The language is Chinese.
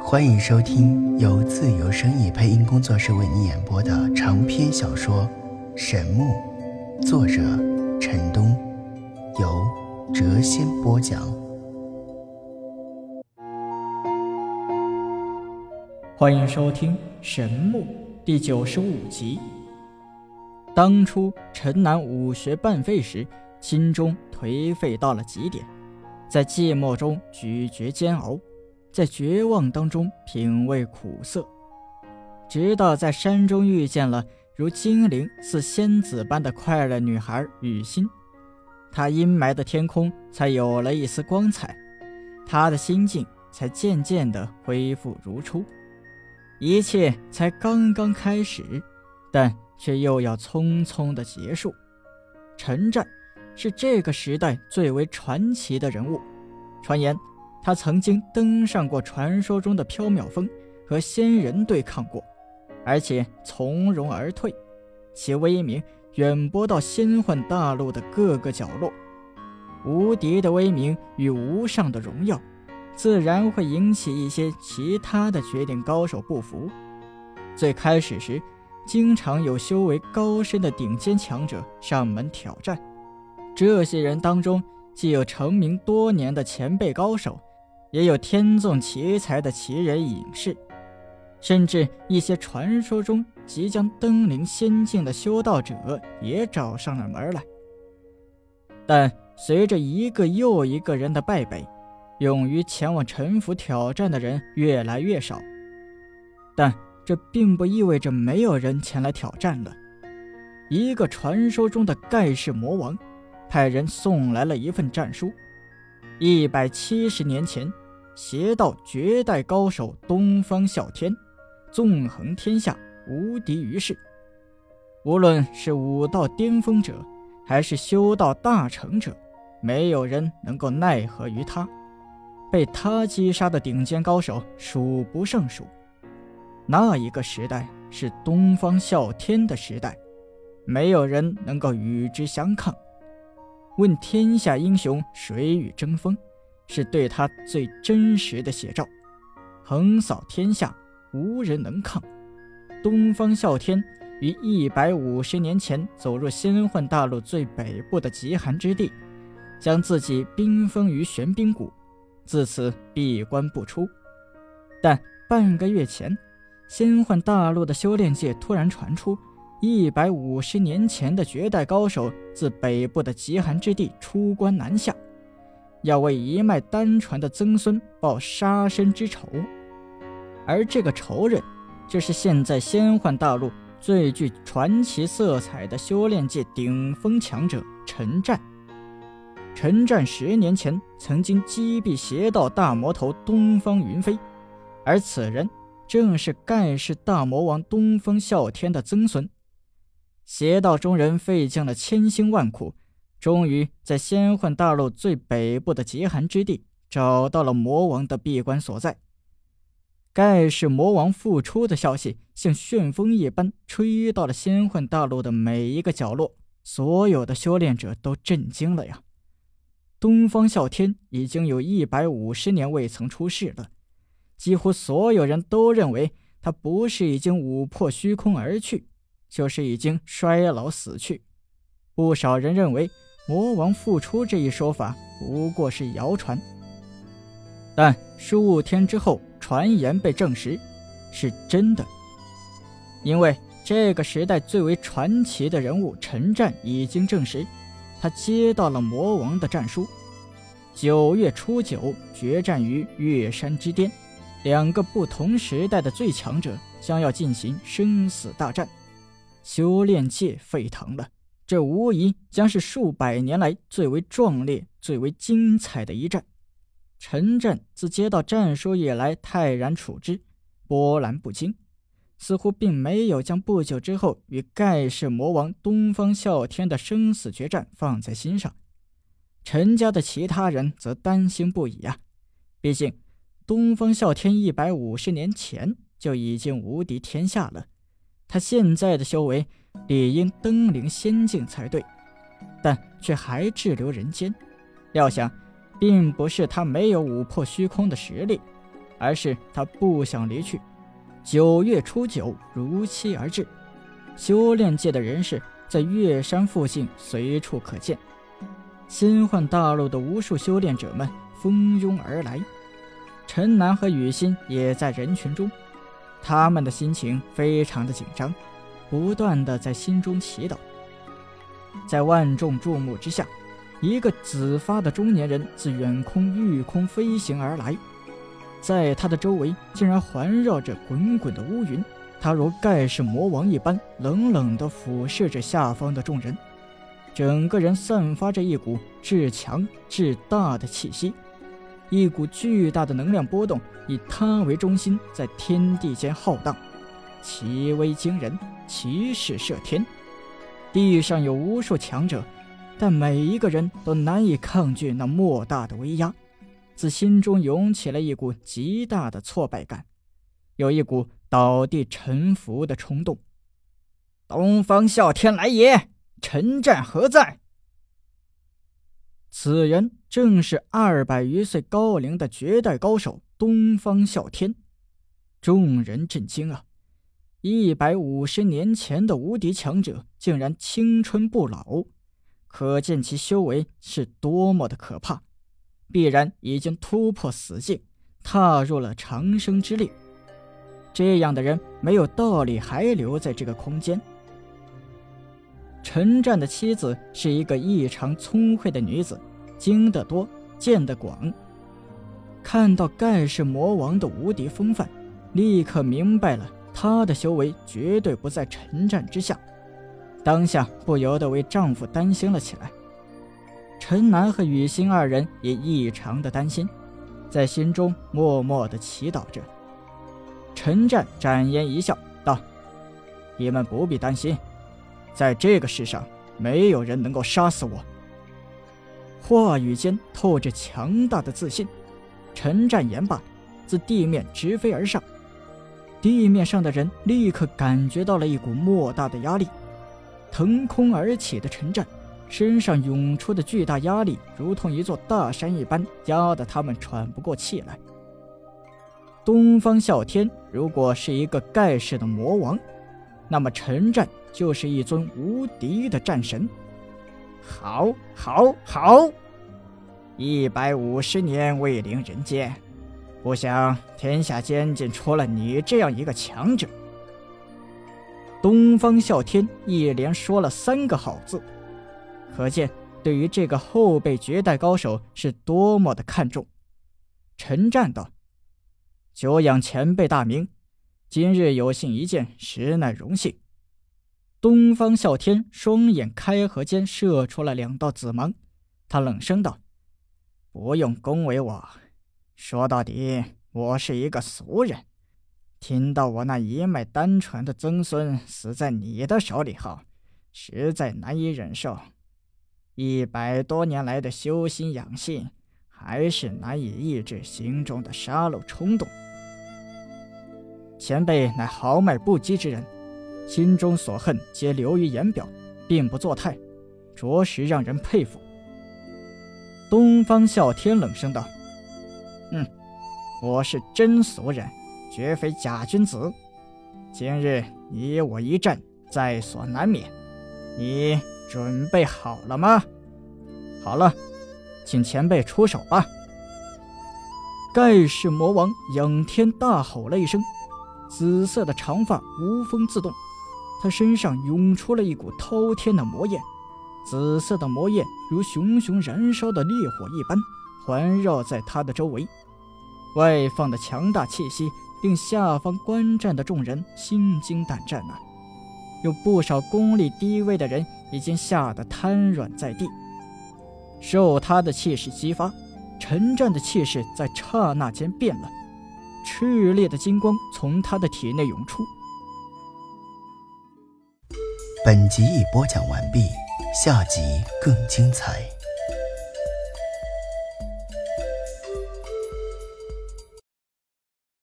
欢迎收听由自由声意配音工作室为你演播的长篇小说《神木》，作者陈东，由谪仙播讲。 欢迎收听《神木》第95集。当初陈南武学半废时，心中颓废到了极点，在寂寞中咀嚼煎熬，在绝望当中品味苦涩，直到在山中遇见了如精灵似仙子般的快乐女孩雨欣，她阴霾的天空才有了一丝光彩，她的心境才渐渐地恢复如初。一切才刚刚开始，但却又要匆匆的结束。陈战是这个时代最为传奇的人物，传言他曾经登上过传说中的缥缈峰，和仙人对抗过，而且从容而退，其威名远播到仙幻大陆的各个角落。无敌的威名与无上的荣耀，自然会引起一些其他的绝顶高手不服。最开始时，经常有修为高深的顶尖强者上门挑战，这些人当中既有成名多年的前辈高手，也有天纵奇才的奇人隐士，甚至一些传说中即将登临仙境的修道者也找上了门来。但随着一个又一个人的败北，勇于前往陈府挑战的人越来越少，但这并不意味着没有人前来挑战了。一个传说中的盖世魔王派人送来了一份战书，170年前，邪道绝代高手东方啸天，纵横天下，无敌于世。无论是武道巅峰者，还是修道大成者，没有人能够奈何于他。被他击杀的顶尖高手数不胜数。那一个时代是东方啸天的时代，没有人能够与之相抗。问天下英雄谁与争锋，是对他最真实的写照。横扫天下，无人能抗。东方啸天于150年前走入仙幻大陆最北部的极寒之地，将自己冰封于玄冰谷，自此闭关不出。但半个月前，仙幻大陆的修炼界突然传出150年前的绝代高手自北部的极寒之地出关南下，要为一脉单传的曾孙报杀身之仇。而这个仇人，就是现在仙幻大陆最具传奇色彩的修炼界顶峰强者陈战。陈战10年前曾经击毙邪道大魔头东方云飞，而此人正是盖世大魔王东方啸天的曾孙。邪道中人费尽了千辛万苦，终于在仙幻大陆最北部的极寒之地找到了魔王的闭关所在。盖世魔王复出的消息像旋风一般吹到了仙幻大陆的每一个角落，所有的修炼者都震惊了呀！东方啸天已经有150年未曾出世了，几乎所有人都认为他不是已经舞破虚空而去，就是已经衰老死去。不少人认为魔王复出这一说法不过是谣传，但数天之后传言被证实是真的。因为这个时代最为传奇的人物陈战已经证实，他接到了魔王的战书。9月初9决战于月山之巅，2个不同时代的最强者将要进行生死大战，修炼界沸腾了。这无疑将是数百年来最为壮烈、最为精彩的一战。陈战自接到战书以来泰然处之，波澜不惊，似乎并没有将不久之后与盖世魔王东方啸天的生死决战放在心上。陈家的其他人则担心不已啊，毕竟东方啸天150年前就已经无敌天下了，他现在的修为理应登临仙境才对，但却还滞留人间。料想并不是他没有舞破虚空的实力， 而是他不想离去。9月初9如期而至，修炼界的人士在月山附近随处可见，仙幻大陆的无数修炼者们蜂拥而来。陈南和雨欣也在人群中，他们的心情非常的紧张，不断的在心中祈祷。在万众注目之下，一个紫发的中年人自远空御空飞行而来，在他的周围竟然环绕着滚滚的乌云，他如盖世魔王一般冷冷地俯视着下方的众人，整个人散发着一股至强至大的气息，一股巨大的能量波动以他为中心在天地间浩荡，其威惊人，气势射天。地上有无数强者，但每一个人都难以抗拒那莫大的威压，自心中涌起了一股极大的挫败感，有一股倒地臣服的冲动。东方啸天来也，陈战何在？此人正是200余岁高龄的绝代高手东方啸天。众人震惊啊！150年前的无敌强者竟然青春不老，可见其修为是多么的可怕，必然已经突破死境，踏入了长生之列。这样的人没有道理还留在这个空间。陈战的妻子是一个异常聪慧的女子，经得多，见得广，看到盖世魔王的无敌风范，立刻明白了她的修为绝对不在陈战之下，当下不由得为丈夫担心了起来。陈南和雨欣2人也异常的担心，在心中默默地祈祷着。陈战展颜一笑道：你们不必担心，在这个世上没有人能够杀死我。话语间透着强大的自信。陈战言罢，自地面直飞而上，地面上的人立刻感觉到了一股莫大的压力，腾空而起的陈战身上涌出的巨大压力如同一座大山一般，压得他们喘不过气来。东方啸天如果是一个盖世的魔王，那么陈战就是一尊无敌的战神。好好好，150年未临人间，不想天下间竟出了你这样一个强者。东方啸天一连说了3个好字，可见对于这个后辈绝代高手是多么的看重。陈战道：久仰前辈大名，今日有幸一见，实乃荣幸。东方啸天双眼开合间射出了2道紫芒，他冷声道：不用恭维我，说到底我是一个俗人，听到我那一脉单传的曾孙死在你的手里后，实在难以忍受。100多年来的修心养性，还是难以抑制心中的杀戮冲动。前辈乃豪迈不羁之人，心中所恨皆流于言表，并不作态，着实让人佩服。东方啸天冷声道：我是真俗人，绝非假君子。今日你我一战，在所难免，你准备好了吗？好了，请前辈出手吧。盖世魔王仰天大吼了一声，紫色的长发无风自动，他身上涌出了一股滔天的魔焰，紫色的魔焰如熊熊燃烧的烈火一般环绕在他的周围，外放的强大气息令下方观战的众人心惊胆战啊！有不少功力低微的人已经吓得瘫软在地。受他的气势激发，陈战的气势在刹那间变了，炽烈的金光从他的体内涌出。 本集已播讲完毕，下集更精彩。